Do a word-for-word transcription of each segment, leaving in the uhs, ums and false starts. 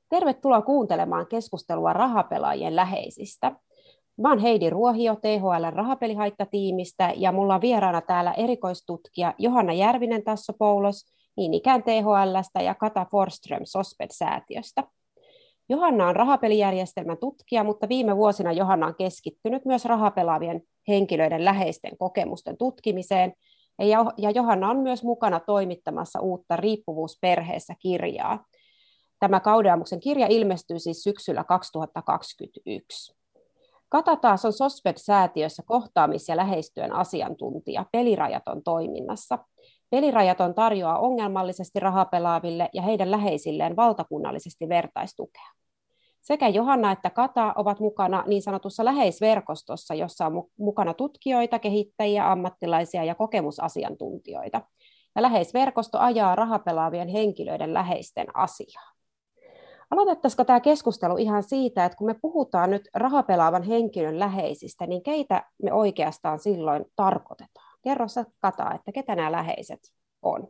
Tervetuloa kuuntelemaan keskustelua rahapelaajien läheisistä. Mä oon Heidi Ruohio T H L:n rahapelihaittatiimistä ja mulla on vieraana täällä erikoistutkija Johanna Järvinen Tassopoulos, niin ikään T H L:stä ja Kata Forsström Sosped-säätiöstä. Johanna on rahapelijärjestelmän tutkija, mutta viime vuosina Johanna on keskittynyt myös rahapelaavien henkilöiden läheisten kokemusten tutkimiseen, ja Johanna on myös mukana toimittamassa uutta Riippuvuus perheessä -kirjaa. Tämä Gaudeamuksen kirja ilmestyy siis syksyllä kaksituhattakaksikymmentäyksi. Kata taas on Sosped-säätiössä kohtaamis- ja läheistyön asiantuntija Pelirajaton toiminnassa. Pelirajaton tarjoaa ongelmallisesti rahapelaaville ja heidän läheisilleen valtakunnallisesti vertaistukea. Sekä Johanna että Kata ovat mukana niin sanotussa läheisverkostossa, jossa on mukana tutkijoita, kehittäjiä, ammattilaisia ja kokemusasiantuntijoita. Ja läheisverkosto ajaa rahapelaavien henkilöiden läheisten asiaa. Aloitettaisiko tämä keskustelu ihan siitä, että kun me puhutaan nyt rahapelaavan henkilön läheisistä, niin keitä me oikeastaan silloin tarkoitetaan? Kerro sä, Kata, että ketä nämä läheiset on?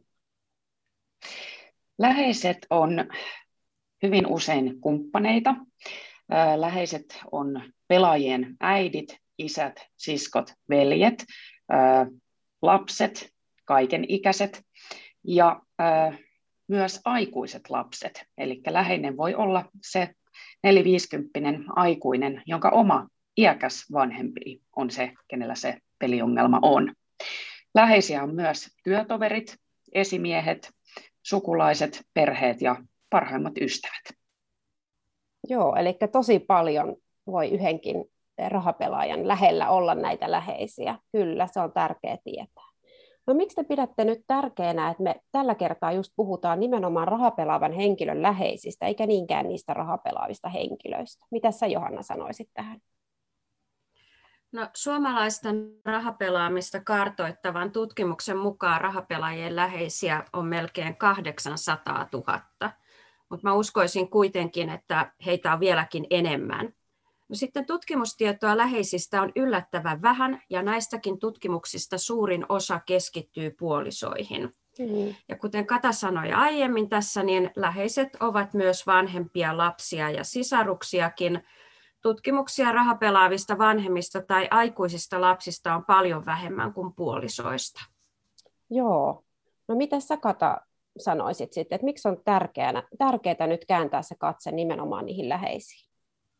Läheiset on hyvin usein kumppaneita. Läheiset on pelaajien äidit, isät, siskot, veljet, lapset, kaikenikäiset ja myös aikuiset lapset. Eli läheinen voi olla se neliviisikymppinen aikuinen, jonka oma iäkäs vanhempi on se, kenellä se peliongelma on. Läheisiä on myös työtoverit, esimiehet, sukulaiset, perheet ja parhaimmat ystävät. Joo, eli tosi paljon voi yhdenkin rahapelaajan lähellä olla näitä läheisiä. Kyllä, se on tärkeää tietää. No miksi te pidätte nyt tärkeänä, että me tällä kertaa just puhutaan nimenomaan rahapelaavan henkilön läheisistä, eikä niinkään niistä rahapelaavista henkilöistä? Mitä sä, Johanna, sanoisit tähän? No, suomalaisten rahapelaamista kartoittavan tutkimuksen mukaan rahapelaajien läheisiä on melkein kahdeksansataatuhatta, mutta mä uskoisin kuitenkin, että heitä on vieläkin enemmän. No, sitten tutkimustietoa läheisistä on yllättävän vähän, ja näistäkin tutkimuksista suurin osa keskittyy puolisoihin. Mm. Ja kuten Kata sanoi aiemmin tässä, niin läheiset ovat myös vanhempia, lapsia ja sisaruksiakin. Tutkimuksia rahapelaavista vanhemmista tai aikuisista lapsista on paljon vähemmän kuin puolisoista. Joo. No mitä sä, Kata, sanoisit sitten, että miksi on tärkeää, tärkeää nyt kääntää se katse nimenomaan niihin läheisiin?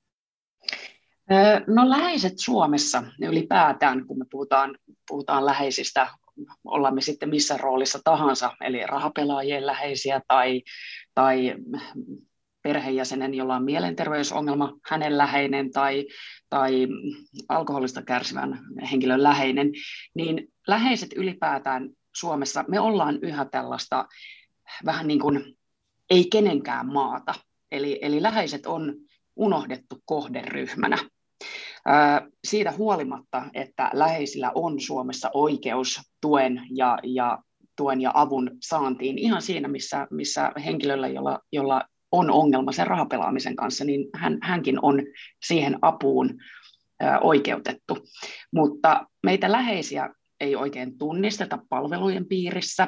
No läheiset Suomessa ylipäätään, kun me puhutaan, puhutaan läheisistä, ollaan me sitten missä roolissa tahansa, eli rahapelaajien läheisiä tai, tai perheenjäsenen, jolla on mielenterveysongelma, hänen läheinen tai, tai alkoholista kärsivän henkilön läheinen, niin läheiset ylipäätään Suomessa, me ollaan yhä tällaista vähän niin kuin ei kenenkään maata, eli, eli läheiset on unohdettu kohderyhmänä. Siitä huolimatta, että läheisillä on Suomessa oikeus tuen ja, ja, tuen ja avun saantiin ihan siinä, missä, missä henkilöllä, jolla, jolla on ongelma sen rahapelaamisen kanssa, niin hän, hänkin on siihen apuun oikeutettu. Mutta meitä läheisiä ei oikein tunnisteta palvelujen piirissä.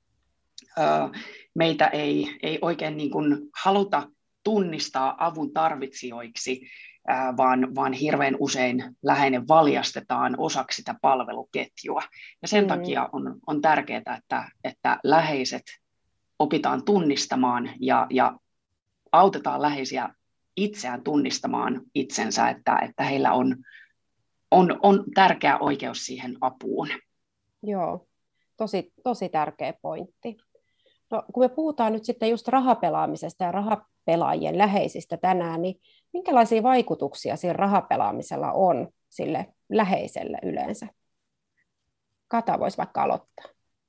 Meitä ei, ei oikein niin kuin haluta tunnistaa avun tarvitsijoiksi, vaan, vaan hirveän usein läheinen valjastetaan osaksi sitä palveluketjua. Ja sen mm. takia on, on tärkeää, että, että läheiset opitaan tunnistamaan ja, ja autetaan läheisiä itseään tunnistamaan itsensä, että, että heillä on, on, on tärkeä oikeus siihen apuun. Joo, tosi, tosi tärkeä pointti. No, kun me puhutaan nyt sitten just rahapelaamisesta ja rahapelaajien läheisistä tänään, niin minkälaisia vaikutuksia sillä rahapelaamisella on sille läheiselle yleensä? Kata voisi vaikka aloittaa.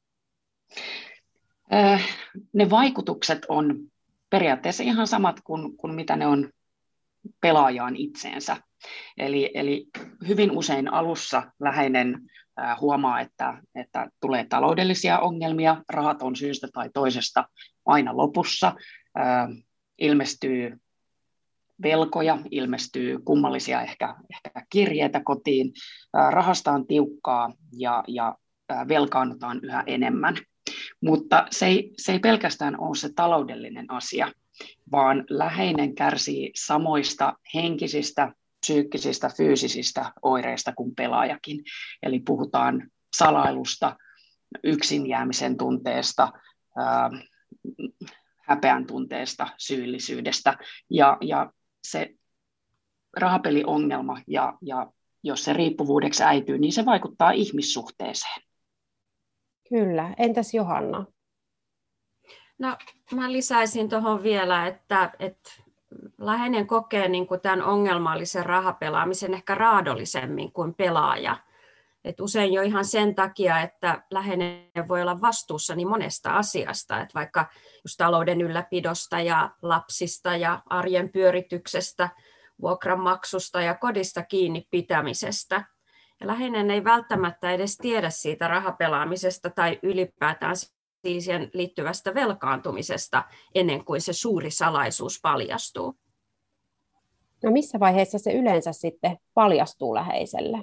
Ne vaikutukset on periaatteessa ihan samat kuin, kuin mitä ne on pelaajaan itseensä. Eli, eli hyvin usein alussa läheinen äh, huomaa, että, että tulee taloudellisia ongelmia, rahat on syystä tai toisesta aina lopussa, äh, ilmestyy velkoja, ilmestyy kummallisia ehkä, ehkä kirjeitä kotiin, äh, rahasta on tiukkaa ja, ja äh, velkaannutaan yhä enemmän. Mutta se ei, se ei pelkästään ole se taloudellinen asia, vaan läheinen kärsii samoista henkisistä, psyykkisistä, fyysisistä oireista kuin pelaajakin. Eli puhutaan salailusta, yksin jäämisen tunteesta, ää, häpeän tunteesta, syyllisyydestä. Ja, ja se rahapeliongelma, ja, ja jos se riippuvuudeksi äityy, niin se vaikuttaa ihmissuhteeseen. Kyllä. Entäs Johanna? No, mä lisäisin tuohon vielä, että, että läheinen kokee niin kuin tämän ongelmallisen rahapelaamisen ehkä raadollisemmin kuin pelaaja. Et usein jo ihan sen takia, että läheinen voi olla vastuussa niin monesta asiasta, että vaikka just talouden ylläpidosta ja lapsista ja arjen pyörityksestä, vuokranmaksusta ja kodista kiinni pitämisestä. Ja läheinen ei välttämättä edes tiedä siitä rahapelaamisesta tai ylipäätään siihen liittyvästä velkaantumisesta ennen kuin se suuri salaisuus paljastuu. No missä vaiheessa se yleensä sitten paljastuu läheiselle?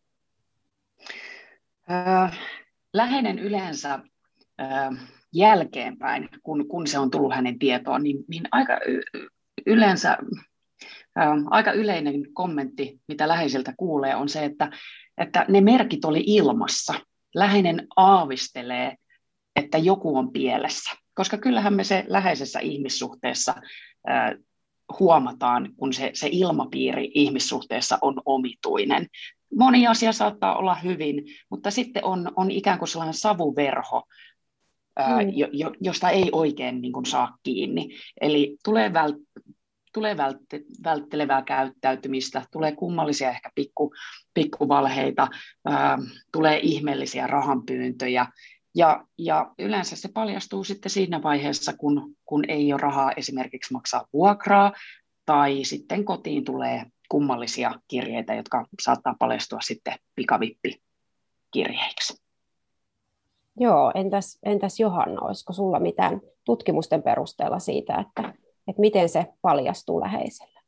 Äh, läheinen yleensä äh, jälkeenpäin, kun, kun se on tullut hänen tietoon, niin, niin aika y- yleensä äh, aika yleinen kommentti, mitä läheiseltä kuulee, on se, että, että ne merkit oli ilmassa. Läheinen aavistelee, että joku on pielessä, koska kyllähän me se läheisessä ihmissuhteessa äh, huomataan, kun se, se ilmapiiri ihmissuhteessa on omituinen. Moni asia saattaa olla hyvin, mutta sitten on, on ikään kuin sellainen savuverho, ää, mm. jo, josta ei oikein niin kuin saa kiinni. Eli tulee, vält, tulee vält, välttelevää käyttäytymistä, tulee kummallisia ehkä pikku, pikkuvalheita, ää, tulee ihmeellisiä rahanpyyntöjä. Ja, ja yleensä se paljastuu sitten siinä vaiheessa, kun, kun ei ole rahaa esimerkiksi maksaa vuokraa, tai sitten kotiin tulee kummallisia kirjeitä, jotka saattaa paljastua sitten pikavippikirjeiksi. Joo, entäs, entäs Johanna, olisiko sulla mitään tutkimusten perusteella siitä, että, että miten se paljastuu läheiselle?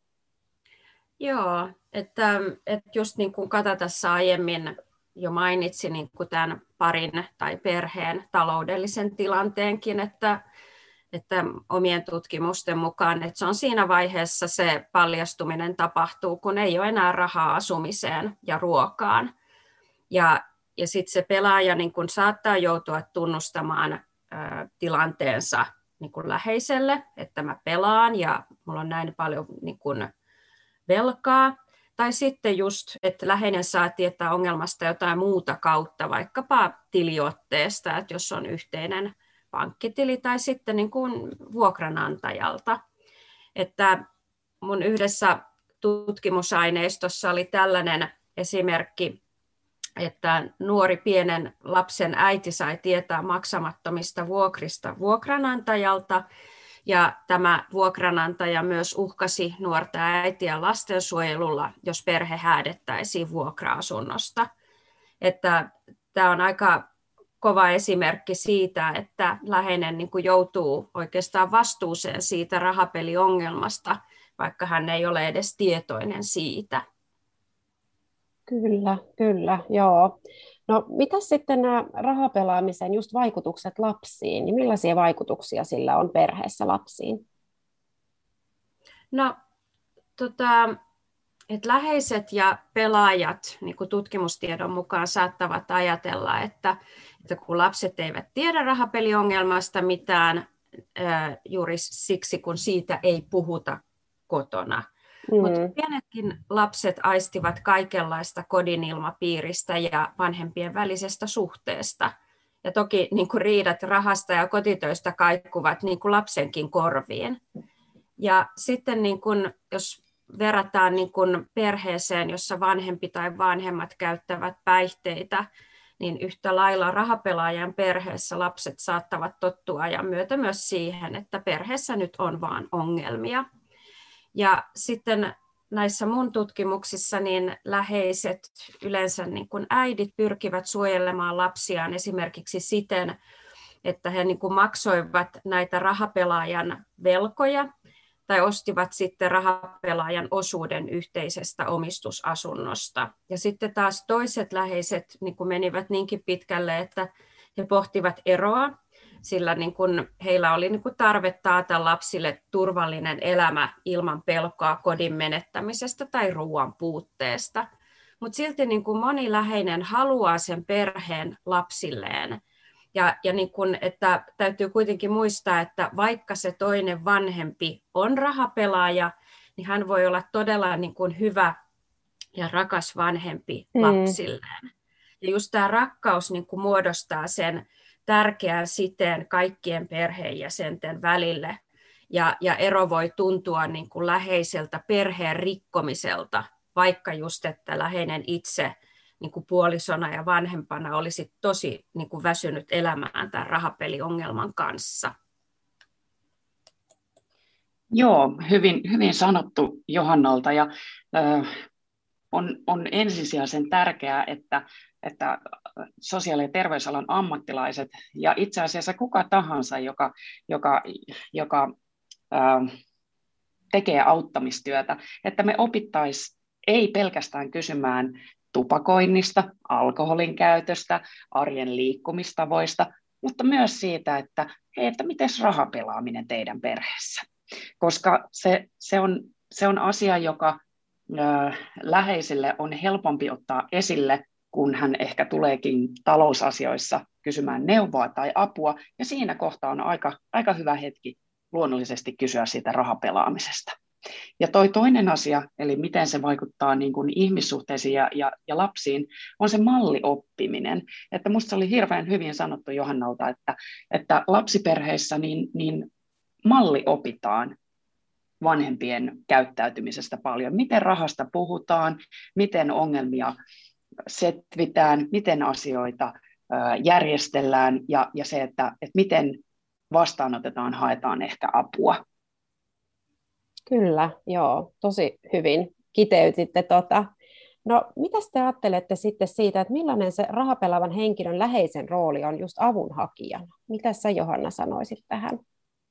Joo, että, että just niin kuin Kata tässä aiemmin jo mainitsi niin kuin tämän parin tai perheen taloudellisen tilanteenkin, että, että omien tutkimusten mukaan, että se on siinä vaiheessa se paljastuminen tapahtuu, kun ei ole enää rahaa asumiseen ja ruokaan. Ja, ja sitten se pelaaja niin kun saattaa joutua tunnustamaan ä, tilanteensa niin kun läheiselle, että mä pelaan ja mulla on näin paljon niin kun velkaa. Tai sitten just, että läheinen saa tietää ongelmasta jotain muuta kautta, vaikkapa tiliotteesta, että jos on yhteinen pankkitili tai sitten niin kuin vuokranantajalta. Että mun yhdessä tutkimusaineistossa oli tällainen esimerkki, että nuori pienen lapsen äiti sai tietää maksamattomista vuokrista vuokranantajalta, ja tämä vuokranantaja myös uhkasi nuorta äitiä lastensuojelulla, jos perhe häädettäisiin vuokra-asunnosta. Että tämä on aika kova esimerkki siitä, että läheinen niin kuin joutuu oikeastaan vastuuseen siitä rahapeliongelmasta, vaikka hän ei ole edes tietoinen siitä. Kyllä, kyllä, joo. No mitäs sitten nämä rahapelaamisen just vaikutukset lapsiin, niin millaisia vaikutuksia sillä on perheessä lapsiin? No, tota, et läheiset ja pelaajat niin kuin tutkimustiedon mukaan saattavat ajatella, että, että kun lapset eivät tiedä rahapeliongelmasta mitään, ää, juuri siksi kun siitä ei puhuta kotona. Mm. Mutta pienetkin lapset aistivat kaikenlaista kodin ilmapiiristä ja vanhempien välisestä suhteesta. Ja toki niin kuin riidat rahasta ja kotitöistä kaikuvat niin kuin lapsenkin korviin. Ja sitten niin kuin, jos verrataan niin kuin perheeseen, jossa vanhempi tai vanhemmat käyttävät päihteitä, niin yhtä lailla rahapelaajan perheessä lapset saattavat tottua ajan myötä myös siihen, että perheessä nyt on vaan ongelmia. Ja sitten näissä mun tutkimuksissa niin läheiset, yleensä niin kuin äidit, pyrkivät suojelemaan lapsiaan esimerkiksi siten, että he niin kuin maksoivat näitä rahapelaajan velkoja tai ostivat sitten rahapelaajan osuuden yhteisestä omistusasunnosta. Ja sitten taas toiset läheiset niin kuin menivät niinkin pitkälle, että he pohtivat eroa sillä niin kun heillä oli niin kun tarve taata lapsille turvallinen elämä ilman pelkoa kodin menettämisestä tai ruoan puutteesta. Mutta silti niin kun moni läheinen haluaa sen perheen lapsilleen. Ja, ja niin kun, että täytyy kuitenkin muistaa, että vaikka se toinen vanhempi on rahapelaaja, niin hän voi olla todella niin kun hyvä ja rakas vanhempi mm. lapsilleen. Ja just tämä rakkaus niin kun muodostaa sen tärkeän siteen kaikkien perheenjäsenten välille. Ja, ja ero voi tuntua niin kuin läheiseltä perheen rikkomiselta, vaikka just, että läheinen itse niin kuin puolisona ja vanhempana olisi tosi niin kuin väsynyt elämään tämän rahapeliongelman kanssa. Joo, hyvin, hyvin sanottu Johannalta. Ja, äh, on, on ensisijaisen tärkeää, että että sosiaali- ja terveysalan ammattilaiset ja itse asiassa kuka tahansa, joka, joka, joka ää, tekee auttamistyötä, että me opittaisiin ei pelkästään kysymään tupakoinnista, alkoholin käytöstä, arjen liikkumistavoista, mutta myös siitä, että, hei, että miten rahapelaaminen teidän perheessä. Koska se, se, on, se on asia, joka ää, läheisille on helpompi ottaa esille, kun hän ehkä tuleekin talousasioissa kysymään neuvoa tai apua, ja siinä kohtaa on aika, aika hyvä hetki luonnollisesti kysyä siitä rahapelaamisesta. Ja toi toinen asia, eli miten se vaikuttaa niin kuin ihmissuhteisiin ja, ja, ja lapsiin, on se mallioppiminen. Että musta oli hirveän hyvin sanottu Johannalta, että, että lapsiperheissä niin, niin malli opitaan vanhempien käyttäytymisestä paljon. Miten rahasta puhutaan, miten ongelmia setvitään, miten asioita järjestellään ja, ja se, että, että miten vastaanotetaan, haetaan ehkä apua. Kyllä, joo, tosi hyvin kiteytitte tota. No, mitä te ajattelette sitten siitä, että millainen se rahapelaavan henkilön läheisen rooli on just avunhakijana? Mitä sä, Johanna, sanoisit tähän?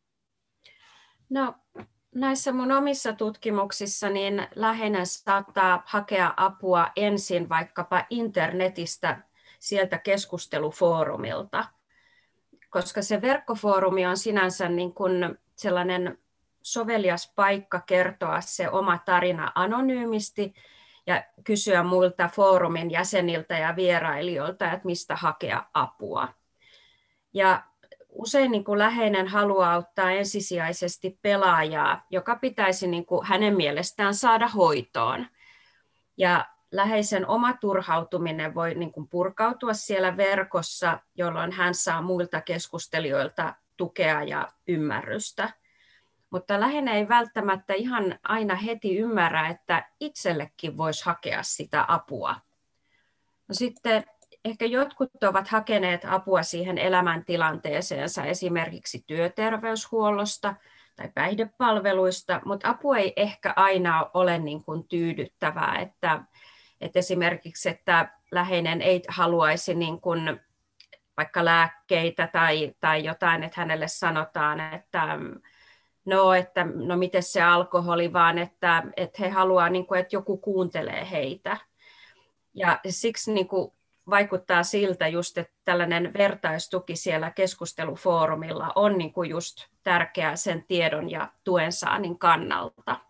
No, näissä mun omissa tutkimuksissa niin läheinen saattaa hakea apua ensin vaikkapa internetistä sieltä keskustelufoorumilta, koska se verkkofoorumi on sinänsä niin kuin sellainen sovelias paikka kertoa se oma tarina anonyymisti ja kysyä muilta foorumin jäseniltä ja vierailijoilta, että mistä hakea apua. Ja usein niin kuin läheinen haluaa auttaa ensisijaisesti pelaajaa, joka pitäisi niin kuin hänen mielestään saada hoitoon. Ja läheisen oma turhautuminen voi niin kuin purkautua siellä verkossa, jolloin hän saa muilta keskustelijoilta tukea ja ymmärrystä. Mutta läheinen ei välttämättä ihan aina heti ymmärrä, että itsellekin voisi hakea sitä apua. No sitten ehkä jotkut ovat hakeneet apua siihen elämäntilanteeseensa esimerkiksi työterveyshuollosta tai päihdepalveluista, mutta apu ei ehkä aina ole niin kuin tyydyttävää. Että, että esimerkiksi, että läheinen ei haluaisi niin kuin vaikka lääkkeitä tai, tai jotain, että hänelle sanotaan, että no, että no miten se alkoholi, vaan että, että he haluaa, niin kuin, että joku kuuntelee heitä. Ja siksi niin kuin vaikuttaa siltä just, että tällainen vertaistuki siellä keskustelufoorumilla on niin kuin just tärkeää sen tiedon ja tuen saannin kannalta.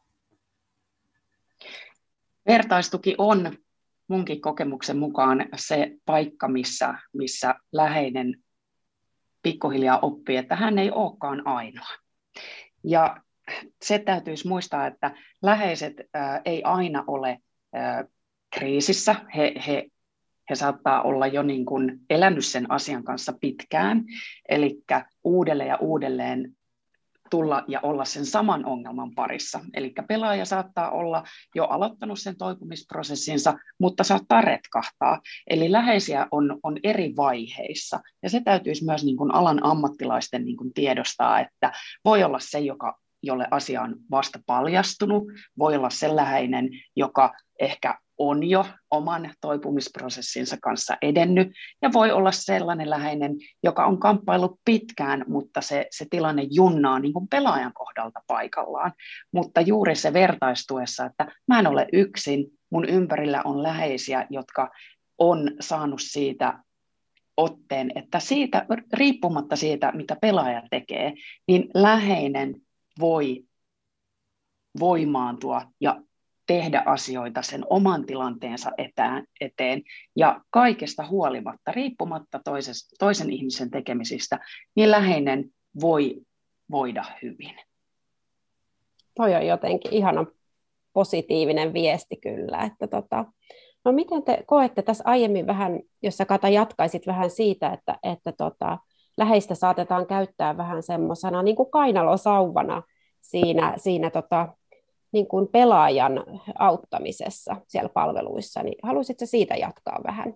Vertaistuki on munkin kokemuksen mukaan se paikka, missä, missä läheinen pikkuhiljaa oppii, että hän ei olekaan ainoa. Ja se täytyisi muistaa, että läheiset ää, ei aina ole ää, kriisissä. He, he, he saattaa olla jo niin kuin elänyt sen asian kanssa pitkään, eli uudelleen ja uudelleen tulla ja olla sen saman ongelman parissa. Eli pelaaja saattaa olla jo aloittanut sen toipumisprosessinsa, mutta saattaa retkahtaa. Eli läheisiä on, on eri vaiheissa. Ja se täytyisi myös niin kuin alan ammattilaisten niin kuin tiedostaa, että voi olla se, joka, jolle asia on vasta paljastunut, voi olla se läheinen, joka ehkä on jo oman toipumisprosessinsa kanssa edennyt, ja voi olla sellainen läheinen, joka on kamppaillut pitkään, mutta se, se tilanne junnaa niin kuin pelaajan kohdalta paikallaan. Mutta juuri se vertaistuessa, että mä en ole yksin, mun ympärillä on läheisiä, jotka on saanut siitä otteen, että siitä, riippumatta siitä, mitä pelaaja tekee, niin läheinen voi voimaantua ja tehdä asioita sen oman tilanteensa etään, eteen, ja kaikesta huolimatta, riippumatta toisesta, toisen ihmisen tekemisistä, niin läheinen voi voida hyvin. Toi on jotenkin ihana positiivinen viesti kyllä. Että tota, no miten te koette tässä aiemmin vähän, jos sä Kata jatkaisit vähän siitä, että, että tota, läheistä saatetaan käyttää vähän semmoisena niin kuin kainalosauvana siinä, siinä tota, niin kuin pelaajan auttamisessa siellä palveluissa, niin haluaisitko siitä jatkaa vähän?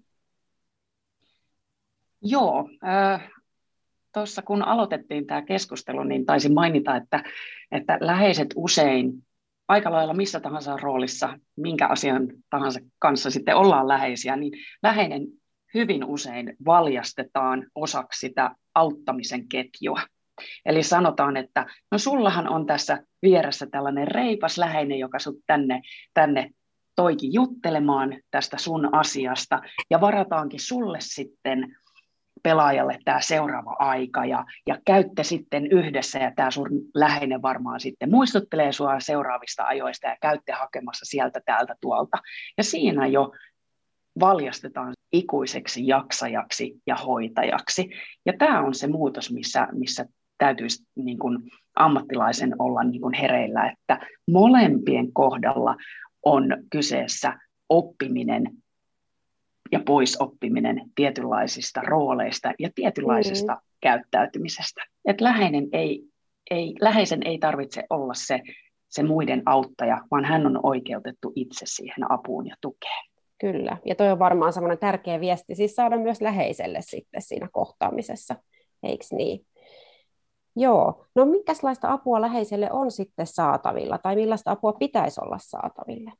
Joo, äh, tuossa kun aloitettiin tämä keskustelu, niin taisin mainita, että, että läheiset usein aika lailla missä tahansa roolissa, minkä asian tahansa kanssa sitten ollaan läheisiä, niin läheinen hyvin usein valjastetaan osaksi sitä auttamisen ketjua. Eli sanotaan, että no sullahan on tässä vieressä tällainen reipas läheinen, joka sut tänne, tänne toikin juttelemaan tästä sun asiasta, ja varataankin sulle sitten pelaajalle tämä seuraava aika, ja, ja käytte sitten yhdessä, ja tämä sun läheinen varmaan sitten muistuttelee sua seuraavista ajoista, ja käytte hakemassa sieltä, täältä, tuolta. Ja siinä jo valjastetaan ikuiseksi jaksajaksi ja hoitajaksi. Ja tämä on se muutos, missä, missä täytyisi niin kuin ammattilaisen olla niin kuin hereillä, että molempien kohdalla on kyseessä oppiminen ja poisoppiminen tietynlaisista rooleista ja tietynlaisesta mm. käyttäytymisestä. Et läheinen ei, ei, läheisen ei tarvitse olla se, se muiden auttaja, vaan hän on oikeutettu itse siihen apuun ja tukeen. Kyllä, ja toi on varmaan semmoinen tärkeä viesti siis saada myös läheiselle sitten siinä kohtaamisessa, eikö niin? Joo, no minkälaista apua läheiselle on sitten saatavilla, tai millaista apua pitäisi olla saatavilla?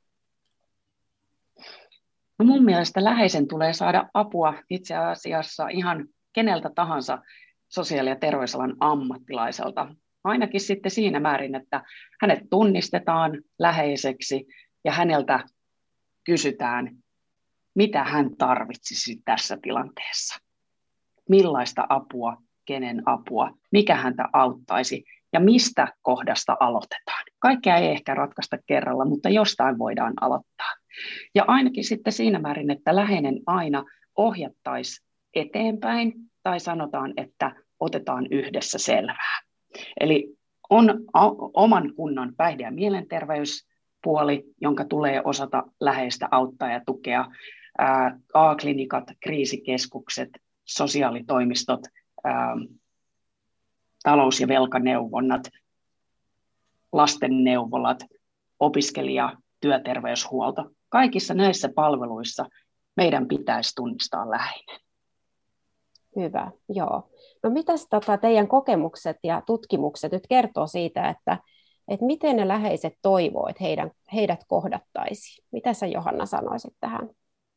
No mun mielestä läheisen tulee saada apua itse asiassa ihan keneltä tahansa sosiaali- ja terveysalan ammattilaiselta. Ainakin sitten siinä määrin, että hänet tunnistetaan läheiseksi ja häneltä kysytään, mitä hän tarvitsisi tässä tilanteessa. Millaista apua, kenen apua, mikä häntä auttaisi ja mistä kohdasta aloitetaan. Kaikkea ei ehkä ratkaista kerralla, mutta jostain voidaan aloittaa. Ja ainakin sitten siinä määrin, että läheinen aina ohjattaisi eteenpäin tai sanotaan, että otetaan yhdessä selvää. Eli on oman kunnan päihde- ja mielenterveyspuoli, jonka tulee osata läheistä auttaa ja tukea. A-klinikat, kriisikeskukset, sosiaalitoimistot, talous- ja velkaneuvonnat, lastenneuvolat, opiskelija- työterveyshuolto. Kaikissa näissä palveluissa meidän pitäisi tunnistaa läheinen. Hyvä, joo. No mitäs tota, teidän kokemukset ja tutkimukset nyt kertoo siitä, että, että miten ne läheiset toivoo, että heidän, heidät kohdattaisiin? Mitä sä Johanna sanoisit tähän?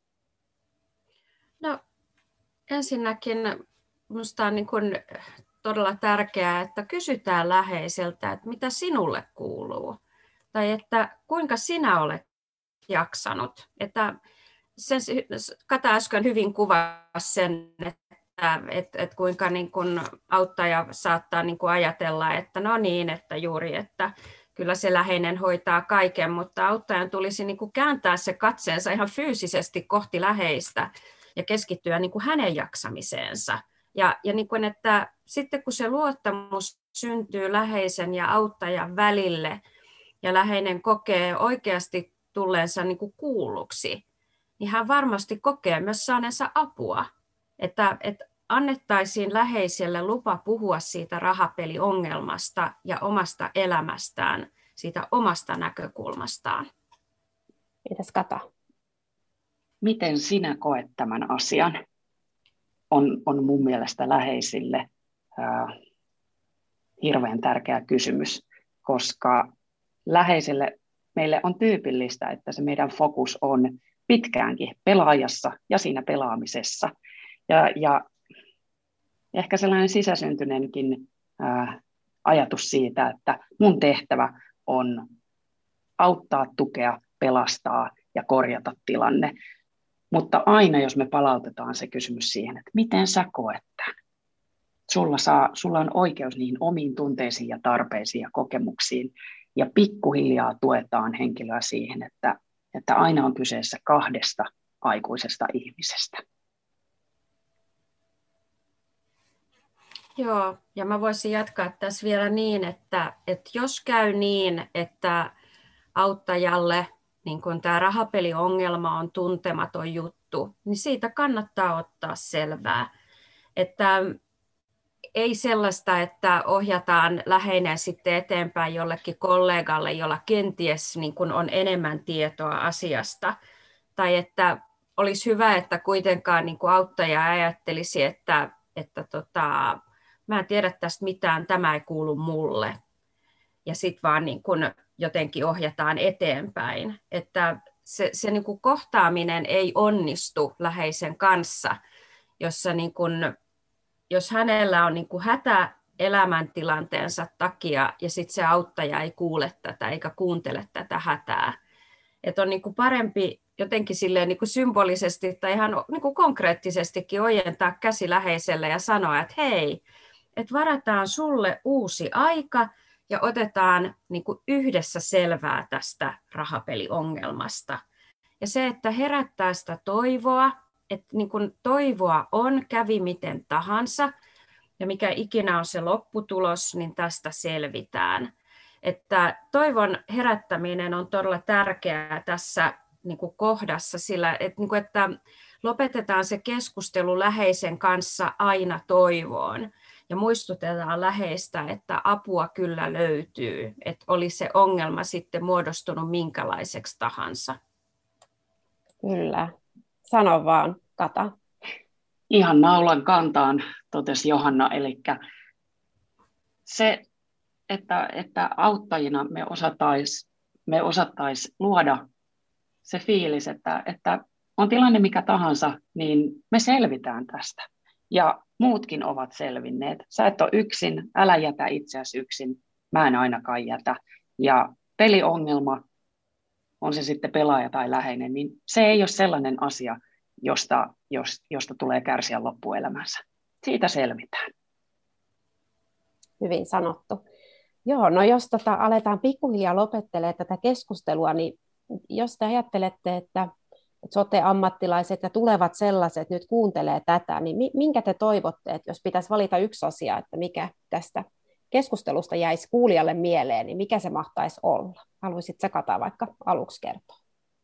No ensinnäkin minusta on niin kuin todella tärkeää, että kysytään läheiseltä, että mitä sinulle kuuluu. Tai että kuinka sinä olet jaksanut. Että sen, Kata äsken hyvin kuvasi sen, että et, et kuinka niin kun auttaja saattaa niin kun ajatella, että no niin, että juuri, että kyllä se läheinen hoitaa kaiken, mutta auttajan tulisi niin kun kääntää se katseensa ihan fyysisesti kohti läheistä ja keskittyä niin kun hänen jaksamiseensa. Ja, ja niin kun, että sitten kun se luottamus syntyy läheisen ja auttajan välille, ja läheinen kokee oikeasti tulleensa niin kuin kuulluksi, niin hän varmasti kokee myös saaneensa apua. Että, että annettaisiin läheiselle lupa puhua siitä rahapeliongelmasta ja omasta elämästään, siitä omasta näkökulmastaan. Mitäs Kata? Miten sinä koet tämän asian? On, on mun mielestä läheisille äh, hirveän tärkeä kysymys, koska läheiselle meille on tyypillistä, että se meidän fokus on pitkäänkin pelaajassa ja siinä pelaamisessa. Ja, ja ehkä sellainen sisäsyntyinenkin ää, ajatus siitä, että mun tehtävä on auttaa, tukea, pelastaa ja korjata tilanne. Mutta aina jos me palautetaan se kysymys siihen, että miten sä koet tämän? Sulla, saa, sulla on oikeus niihin omiin tunteisiin ja tarpeisiin ja kokemuksiin, ja pikkuhiljaa tuetaan henkilöä siihen, että, että aina on kyseessä kahdesta aikuisesta ihmisestä. Joo, ja mä voisin jatkaa tässä vielä niin, että, että jos käy niin, että auttajalle niin kun tämä rahapeliongelma on tuntematon juttu, niin siitä kannattaa ottaa selvää. Että ei sellaista, että ohjataan läheinen sitten eteenpäin jollekin kollegalle, jolla kenties niin kun on enemmän tietoa asiasta. Tai että olisi hyvä, että kuitenkaan niin kun auttaja ajattelisi, että, että tota, mä en tiedä tästä mitään, tämä ei kuulu mulle. Ja sitten vaan niin kun jotenkin ohjataan eteenpäin. Että se, se niin kun kohtaaminen ei onnistu läheisen kanssa, jossa niin kun jos hänellä on niin kuin hätä elämäntilanteensa takia ja sitten se auttaja ei kuule tätä eikä kuuntele tätä hätää. Että on niin kuin parempi jotenkin silleen niin kuin symbolisesti tai ihan niin kuin konkreettisestikin ojentaa käsi läheiselle ja sanoa, että hei, että varataan sulle uusi aika ja otetaan niin kuin yhdessä selvää tästä rahapeliongelmasta. Ja se, että herättää sitä toivoa, että niin kun toivoa on, kävi miten tahansa, ja mikä ikinä on se lopputulos, niin tästä selvitään. Että toivon herättäminen on todella tärkeää tässä niin kuin kohdassa, sillä että, niin kuin, että lopetetaan se keskustelu läheisen kanssa aina toivoon, ja muistutetaan läheistä, että apua kyllä löytyy, että oli se ongelma sitten muodostunut minkälaiseksi tahansa. Kyllä. Sano vaan, Kata. Ihan naulan kantaan, totesi Johanna. Eli se, että, että auttajina me osattaisiin me osattais luoda se fiilis, että, että on tilanne mikä tahansa, niin me selvitään tästä. Ja muutkin ovat selvinneet. Sä et ole yksin, älä jätä itseäsi yksin. Mä en ainakaan jätä. Ja peliongelma, on se sitten pelaaja tai läheinen, niin se ei ole sellainen asia, josta, josta tulee kärsiä loppuelämänsä. Siitä selvitään. Hyvin sanottu. Joo, no jos tota aletaan pikkuhiljaa lopettelemaan tätä keskustelua, niin jos te ajattelette, että sote-ammattilaiset ja tulevat sellaiset nyt kuuntelee tätä, niin minkä te toivotte, että jos pitäisi valita yksi asia, että mikä tästä keskustelusta jäisi kuulijalle mieleen, niin mikä se mahtaisi olla? Haluaisit sä, Kata, vaikka aluksi kertoa?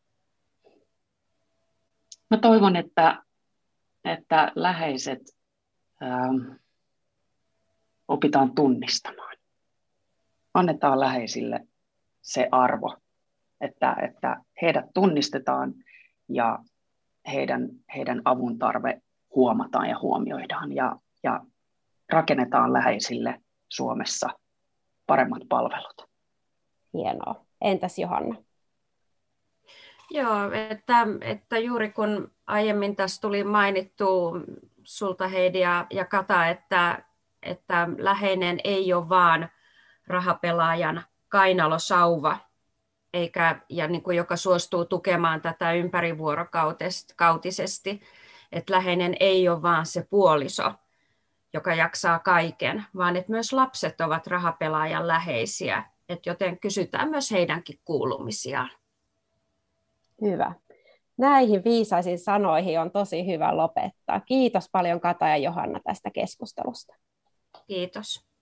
Mä toivon, että, että läheiset ähm, opitaan tunnistamaan. Annetaan läheisille se arvo, että, että heidät tunnistetaan ja heidän, heidän avun tarve huomataan ja huomioidaan ja, ja rakennetaan läheisille Suomessa paremmat palvelut. Hienoa. Entäs Johanna? Joo, että, että juuri kun aiemmin tässä tuli mainittu sulta Heidi ja, ja Kata, että, että läheinen ei ole vaan rahapelaajan kainalosauva, eikä, ja niin kuin joka suostuu tukemaan tätä ympärivuorokautisesti, että läheinen ei ole vaan se puoliso, joka jaksaa kaiken, vaan että myös lapset ovat rahapelaajan läheisiä, että joten kysytään myös heidänkin kuulumisiaan. Hyvä. Näihin viisaisiin sanoihin on tosi hyvä lopettaa. Kiitos paljon Kata ja Johanna tästä keskustelusta. Kiitos.